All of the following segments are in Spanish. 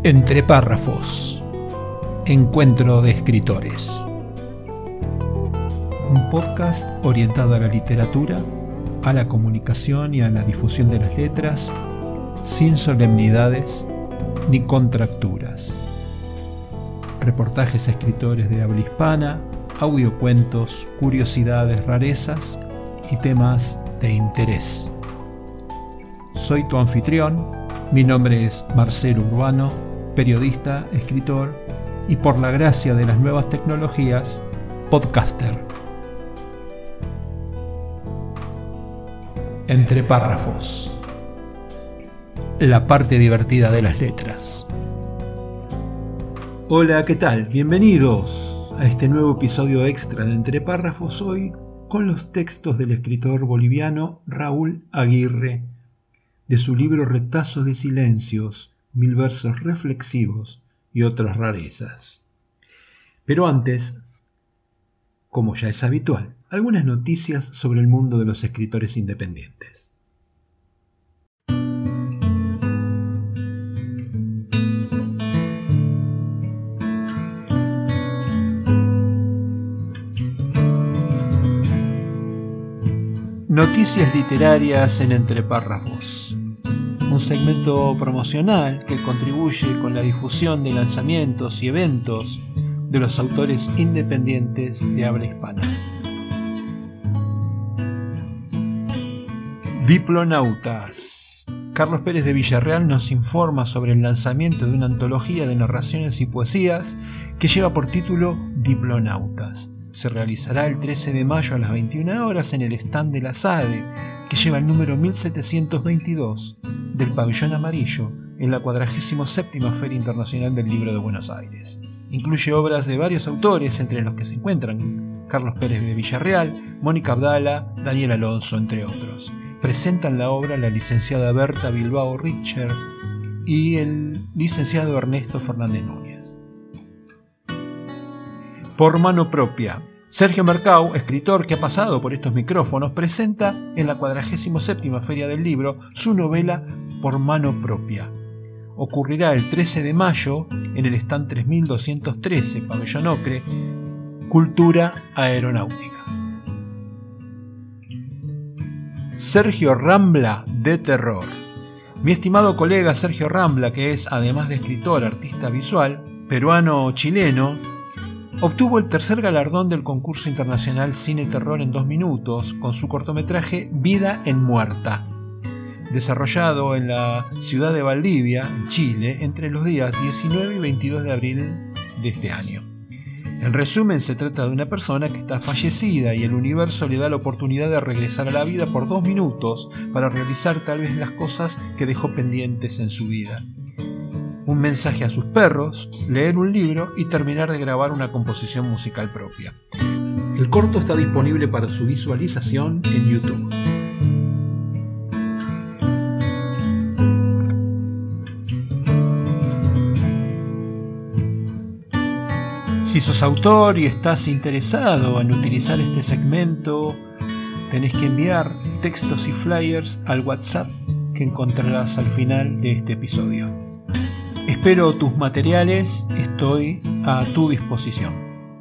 Entre párrafos. Encuentro de escritores. Un podcast orientado a la literatura, a la comunicación y a la difusión de las letras, sin solemnidades ni contracturas. Reportajes a escritores de habla hispana, audiocuentos, curiosidades, rarezas y temas de interés. Soy tu anfitrión, mi nombre es Marcelo Urbano, periodista, escritor y, por la gracia de las nuevas tecnologías, podcaster. Entre párrafos. La parte divertida de las letras. Hola, ¿qué tal? Bienvenidos a este nuevo episodio extra de Entre párrafos, hoy con los textos del escritor boliviano Raúl Aguirre, de su libro Retazos de Silencios, 1000 versos reflexivos y otras rarezas. Pero antes, como ya es habitual, algunas noticias sobre el mundo de los escritores independientes. Noticias literarias en Entre párrafos. Un segmento promocional que contribuye con la difusión de lanzamientos y eventos de los autores independientes de habla hispana. Diplonautas. Carlos Pérez de Villarreal nos informa sobre el lanzamiento de una antología de narraciones y poesías que lleva por título Diplonautas. Se realizará el 13 de mayo a las 21 horas en el stand de la SADE, que lleva el número 1722 del Pabellón Amarillo en la 47ª Feria Internacional del Libro de Buenos Aires. Incluye obras de varios autores, entre los que se encuentran Carlos Pérez de Villarreal, Mónica Abdala, Daniel Alonso, entre otros. Presentan la obra la licenciada Berta Bilbao Richter y el licenciado Ernesto Fernández Núñez. Por mano propia. Sergio Mercau, escritor que ha pasado por estos micrófonos, presenta en la 47ª Feria del Libro su novela Por mano propia. Ocurrirá el 13 de mayo en el stand 3213, Pabellón Ocre, Cultura Aeronáutica. Sergio Rambla, de terror. Mi estimado colega Sergio Rambla, que es, además de escritor, artista visual, peruano-chileno, obtuvo el tercer galardón del concurso internacional Cine Terror en 2 minutos con su cortometraje Vida en Muerta, desarrollado en la ciudad de Valdivia, en Chile, entre los días 19 y 22 de abril de este año. En resumen, se trata de una persona que está fallecida y el universo le da la oportunidad de regresar a la vida por 2 minutos para realizar tal vez las cosas que dejó pendientes en su vida. Un mensaje a sus perros, leer un libro y terminar de grabar una composición musical propia. El corto está disponible para su visualización en YouTube. Si sos autor y estás interesado en utilizar este segmento, tenés que enviar textos y flyers al WhatsApp que encontrarás al final de este episodio. Espero tus materiales, estoy a tu disposición.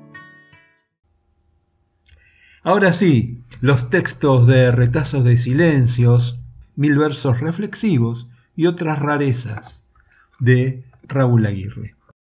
Ahora sí, los textos de Retazos de Silencios, 1000 versos reflexivos y otras rarezas, de Raúl Aguirre.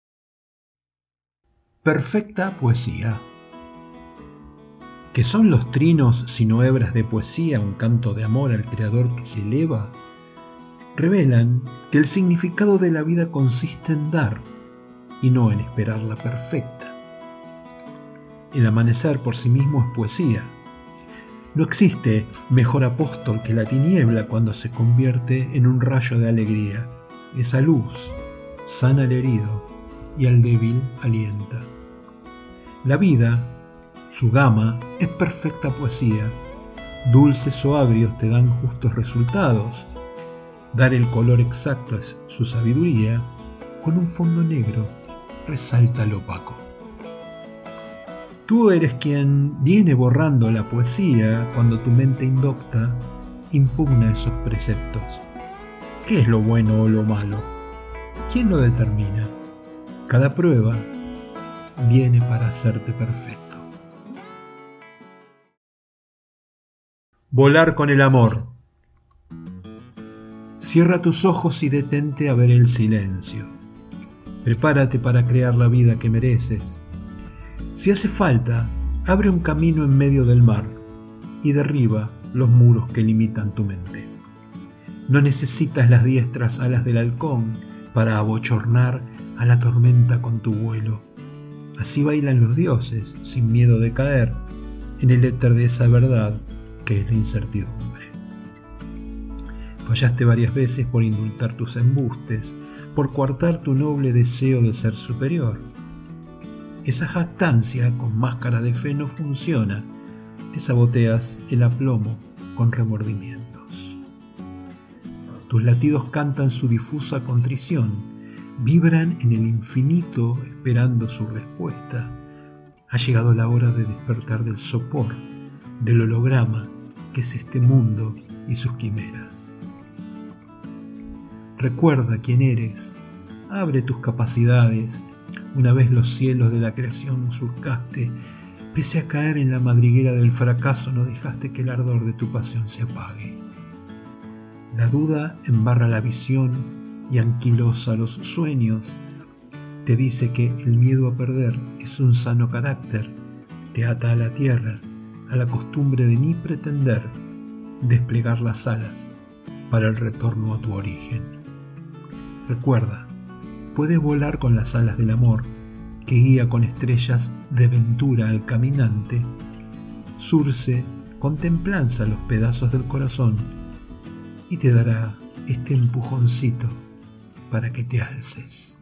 Perfecta poesía. ¿Qué son los trinos sino hebras de poesía, un canto de amor al creador que se eleva? Revelan que el significado de la vida consiste en dar y no en esperarla perfecta. El amanecer por sí mismo es poesía. No existe mejor apóstol que la tiniebla cuando se convierte en un rayo de alegría. Esa luz sana al herido y al débil alienta. La vida, su gama, es perfecta poesía. Dulces o agrios te dan justos resultados. Dar el color exacto es su sabiduría, con un fondo negro resalta lo opaco. Tú eres quien viene borrando la poesía cuando tu mente indocta impugna esos preceptos. ¿Qué es lo bueno o lo malo? ¿Quién lo determina? Cada prueba viene para hacerte perfecto. Volar con el amor. Cierra tus ojos y detente a ver el silencio. Prepárate para crear la vida que mereces. Si hace falta, abre un camino en medio del mar y derriba los muros que limitan tu mente. No necesitas las diestras alas del halcón para abochornar a la tormenta con tu vuelo. Así bailan los dioses sin miedo de caer en el éter de esa verdad que es la incertidumbre. Fallaste varias veces por indultar tus embustes, por coartar tu noble deseo de ser superior. Esa jactancia con máscara de fe no funciona, te saboteas el aplomo con remordimientos. Tus latidos cantan su difusa contrición, vibran en el infinito esperando su respuesta. Ha llegado la hora de despertar del sopor, del holograma que es este mundo y sus quimeras. Recuerda quién eres, abre tus capacidades. Una vez los cielos de la creación surcaste, pese a caer en la madriguera del fracaso, no dejaste que el ardor de tu pasión se apague. La duda embarra la visión y anquilosa los sueños. Te dice que el miedo a perder es un sano carácter, te ata a la tierra, a la costumbre de ni pretender desplegar las alas para el retorno a tu origen. Recuerda, puedes volar con las alas del amor, que guía con estrellas de ventura al caminante. Surce con templanza los pedazos del corazón y te dará este empujoncito para que te alces.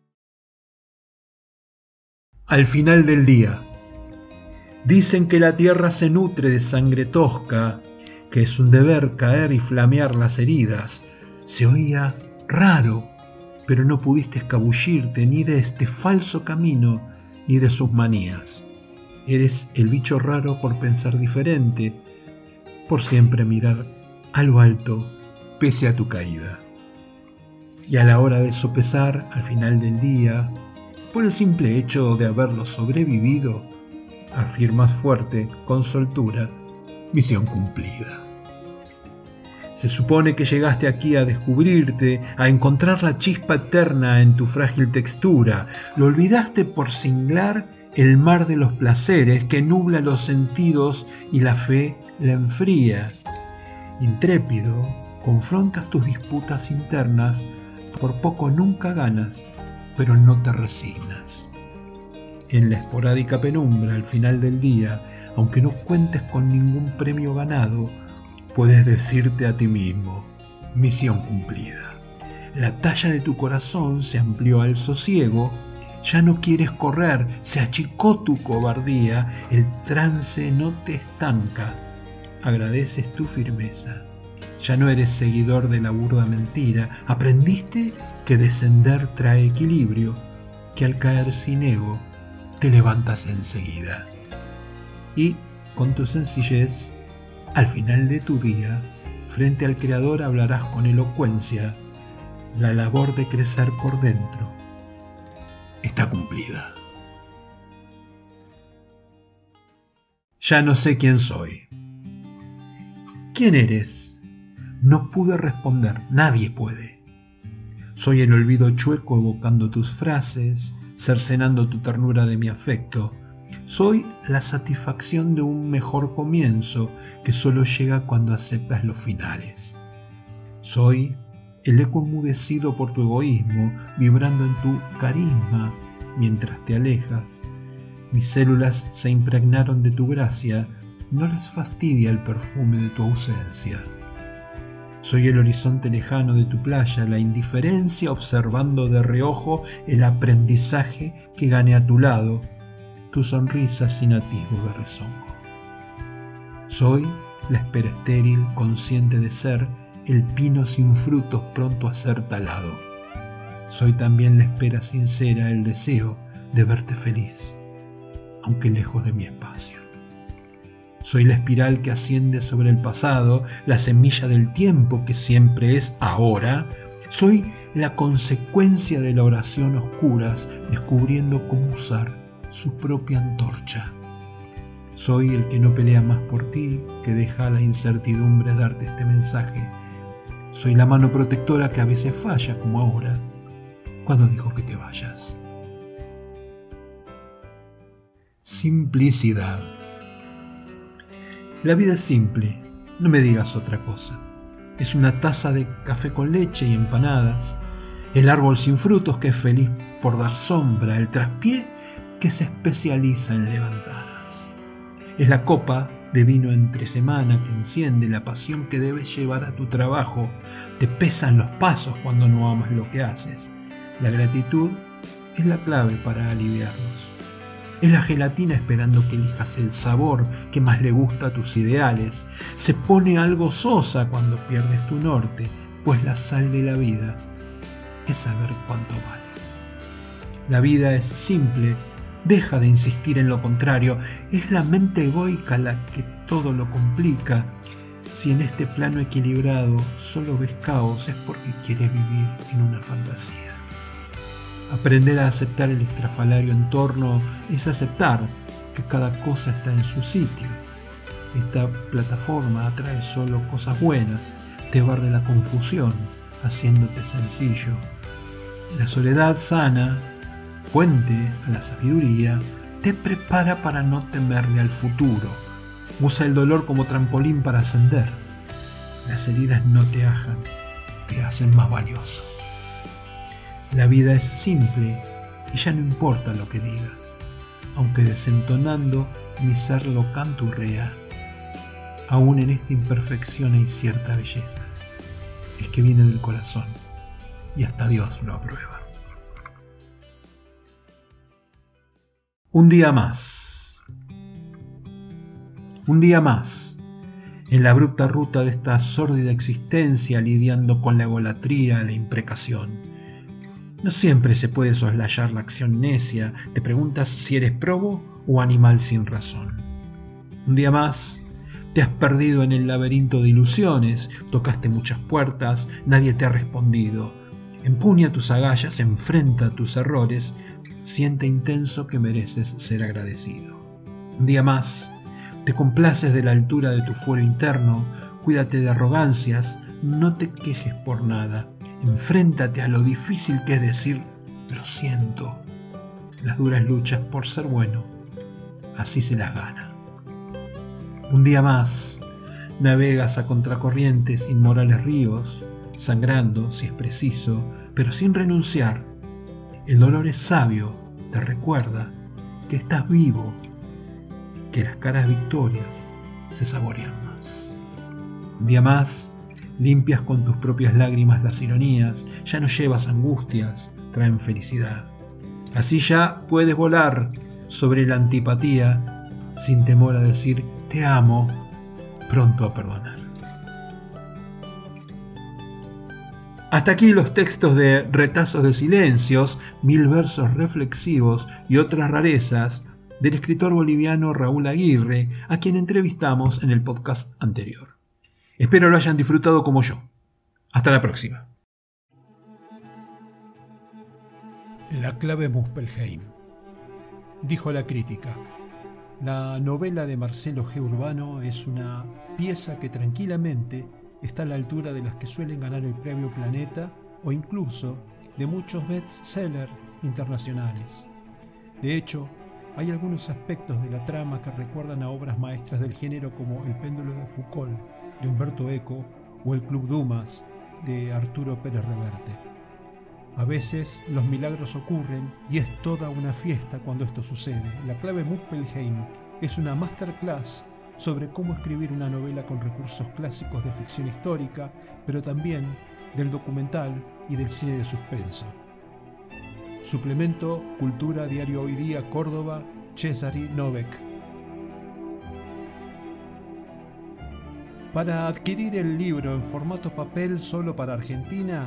Al final del día. Dicen que la tierra se nutre de sangre tosca, que es un deber caer y flamear las heridas. Se oía raro, pero no pudiste escabullirte ni de este falso camino ni de sus manías. Eres el bicho raro por pensar diferente, por siempre mirar a lo alto pese a tu caída. Y a la hora de sopesar, al final del día, por el simple hecho de haberlo sobrevivido, afirmas fuerte, con soltura, misión cumplida. Se supone que llegaste aquí a descubrirte, a encontrar la chispa eterna en tu frágil textura. Lo olvidaste por singlar el mar de los placeres que nubla los sentidos y la fe la enfría. Intrépido, confrontas tus disputas internas, por poco nunca ganas, pero no te resignas. En la esporádica penumbra al final del día, aunque no cuentes con ningún premio ganado, puedes decirte a ti mismo, misión cumplida. La talla de tu corazón se amplió al sosiego, ya no quieres correr, se achicó tu cobardía, el trance no te estanca, agradeces tu firmeza. Ya no eres seguidor de la burda mentira, aprendiste que descender trae equilibrio, que al caer sin ego, te levantas enseguida. Y, con tu sencillez, al final de tu día, frente al Creador hablarás con elocuencia. La labor de crecer por dentro está cumplida. Ya no sé quién soy. ¿Quién eres? No pude responder, nadie puede. Soy el olvido chueco evocando tus frases, cercenando tu ternura de mi afecto. Soy la satisfacción de un mejor comienzo que solo llega cuando aceptas los finales. Soy el eco enmudecido por tu egoísmo, vibrando en tu carisma mientras te alejas. Mis células se impregnaron de tu gracia, no les fastidia el perfume de tu ausencia. Soy el horizonte lejano de tu playa, la indiferencia observando de reojo el aprendizaje que gané a tu lado, tu sonrisa sin atisbo de rezongo. Soy la espera estéril, consciente de ser el pino sin frutos pronto a ser talado. Soy también la espera sincera, el deseo de verte feliz, aunque lejos de mi espacio. Soy la espiral que asciende sobre el pasado, la semilla del tiempo que siempre es ahora. Soy la consecuencia de la oración a oscuras, descubriendo cómo usar su propia antorcha. Soy el que no pelea más por ti, que deja la incertidumbre darte este mensaje. Soy la mano protectora que a veces falla, como ahora, cuando dijo que te vayas. Simplicidad. La vida es simple, no me digas otra cosa. Es una taza de café con leche y empanadas, el árbol sin frutos que es feliz por dar sombra, el traspié que se especializa en levantadas. Es la copa de vino entre semana que enciende la pasión que debes llevar a tu trabajo. Te pesan los pasos cuando no amas lo que haces. La gratitud es la clave para aliviarnos. Es la gelatina esperando que elijas el sabor que más le gusta a tus ideales. Se pone algo sosa cuando pierdes tu norte, pues la sal de la vida es saber cuánto vales. La vida es simple, deja de insistir en lo contrario. Es la mente egoica la que todo lo complica. Si en este plano equilibrado solo ves caos, es porque quieres vivir en una fantasía. Aprender a aceptar el estrafalario entorno es aceptar que cada cosa está en su sitio. Esta plataforma atrae solo cosas buenas, te barre la confusión, haciéndote sencillo. La soledad sana, puente a la sabiduría, te prepara para no temerle al futuro. Usa el dolor como trampolín para ascender. Las heridas no te ajan, te hacen más valioso. La vida es simple y ya no importa lo que digas, aunque desentonando mi ser lo canturrea. Aún en esta imperfección hay cierta belleza, es que viene del corazón y hasta Dios lo aprueba. Un día más. Un día más, en la abrupta ruta de esta sórdida existencia, lidiando con la egolatría, la imprecación. No siempre se puede soslayar la acción necia. Te preguntas si eres probo o animal sin razón. Un día más, te has perdido en el laberinto de ilusiones. Tocaste muchas puertas, nadie te ha respondido. Empuña tus agallas, enfrenta tus errores. Siente intenso que mereces ser agradecido. Un día más, te complaces de la altura de tu fuero interno. Cuídate de arrogancias, no te quejes por nada. Enfréntate a lo difícil que es decir, lo siento. Las duras luchas por ser bueno, así se las gana. Un día más, navegas a contracorrientes inmorales ríos, sangrando si es preciso, pero sin renunciar. El dolor es sabio, te recuerda que estás vivo, que las caras victorias se saborean más. Un día más, limpias con tus propias lágrimas las ironías, ya no llevas angustias, traen felicidad. Así ya puedes volar sobre la antipatía, sin temor a decir te amo, pronto a perdonar. Hasta aquí los textos de Retazos de Silencios, 1000 versos reflexivos y otras rarezas del escritor boliviano Raúl Aguirre, a quien entrevistamos en el podcast anterior. Espero lo hayan disfrutado como yo. Hasta la próxima. La clave Muspelheim. Dijo la crítica: la novela de Marcelo G. Urbano es una pieza que tranquilamente está a la altura de las que suelen ganar el premio Planeta o incluso de muchos bestsellers internacionales. De hecho, hay algunos aspectos de la trama que recuerdan a obras maestras del género como El péndulo de Foucault, de Humberto Eco, o El Club Dumas, de Arturo Pérez Reverte. A veces los milagros ocurren y es toda una fiesta cuando esto sucede. La clave Muspelheim es una masterclass sobre cómo escribir una novela con recursos clásicos de ficción histórica, pero también del documental y del cine de suspenso. Suplemento Cultura, Diario Hoy Día, Córdoba, Cesari Novek. Para adquirir el libro en formato papel solo para Argentina,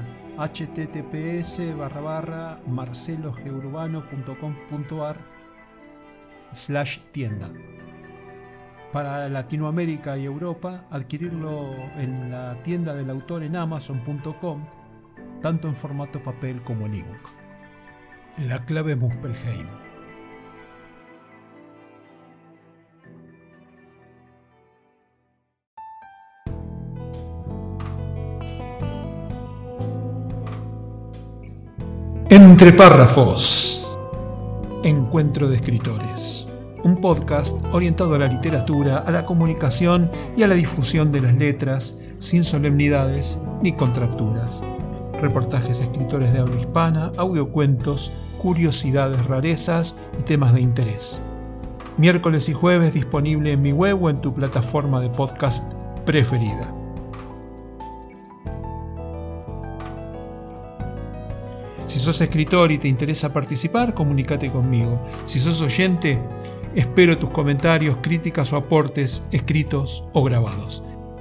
https://marcelogurbano.com.ar/tienda. Para Latinoamérica y Europa, adquirirlo en la tienda del autor en Amazon.com tanto en formato papel como en ebook. La clave Muspelheim. Entre párrafos. Encuentro de escritores. Un podcast orientado a la literatura, a la comunicación y a la difusión de las letras, sin solemnidades ni contracturas. Reportajes de escritores de habla hispana, audiocuentos, curiosidades, rarezas y temas de interés. Miércoles y jueves disponible en mi web o en tu plataforma de podcast preferida. Si sos escritor y te interesa participar, comunícate conmigo. Si sos oyente, espero tus comentarios, críticas o aportes escritos o grabados.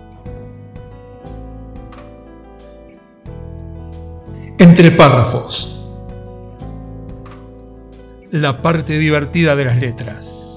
Entre párrafos. La parte divertida de las letras.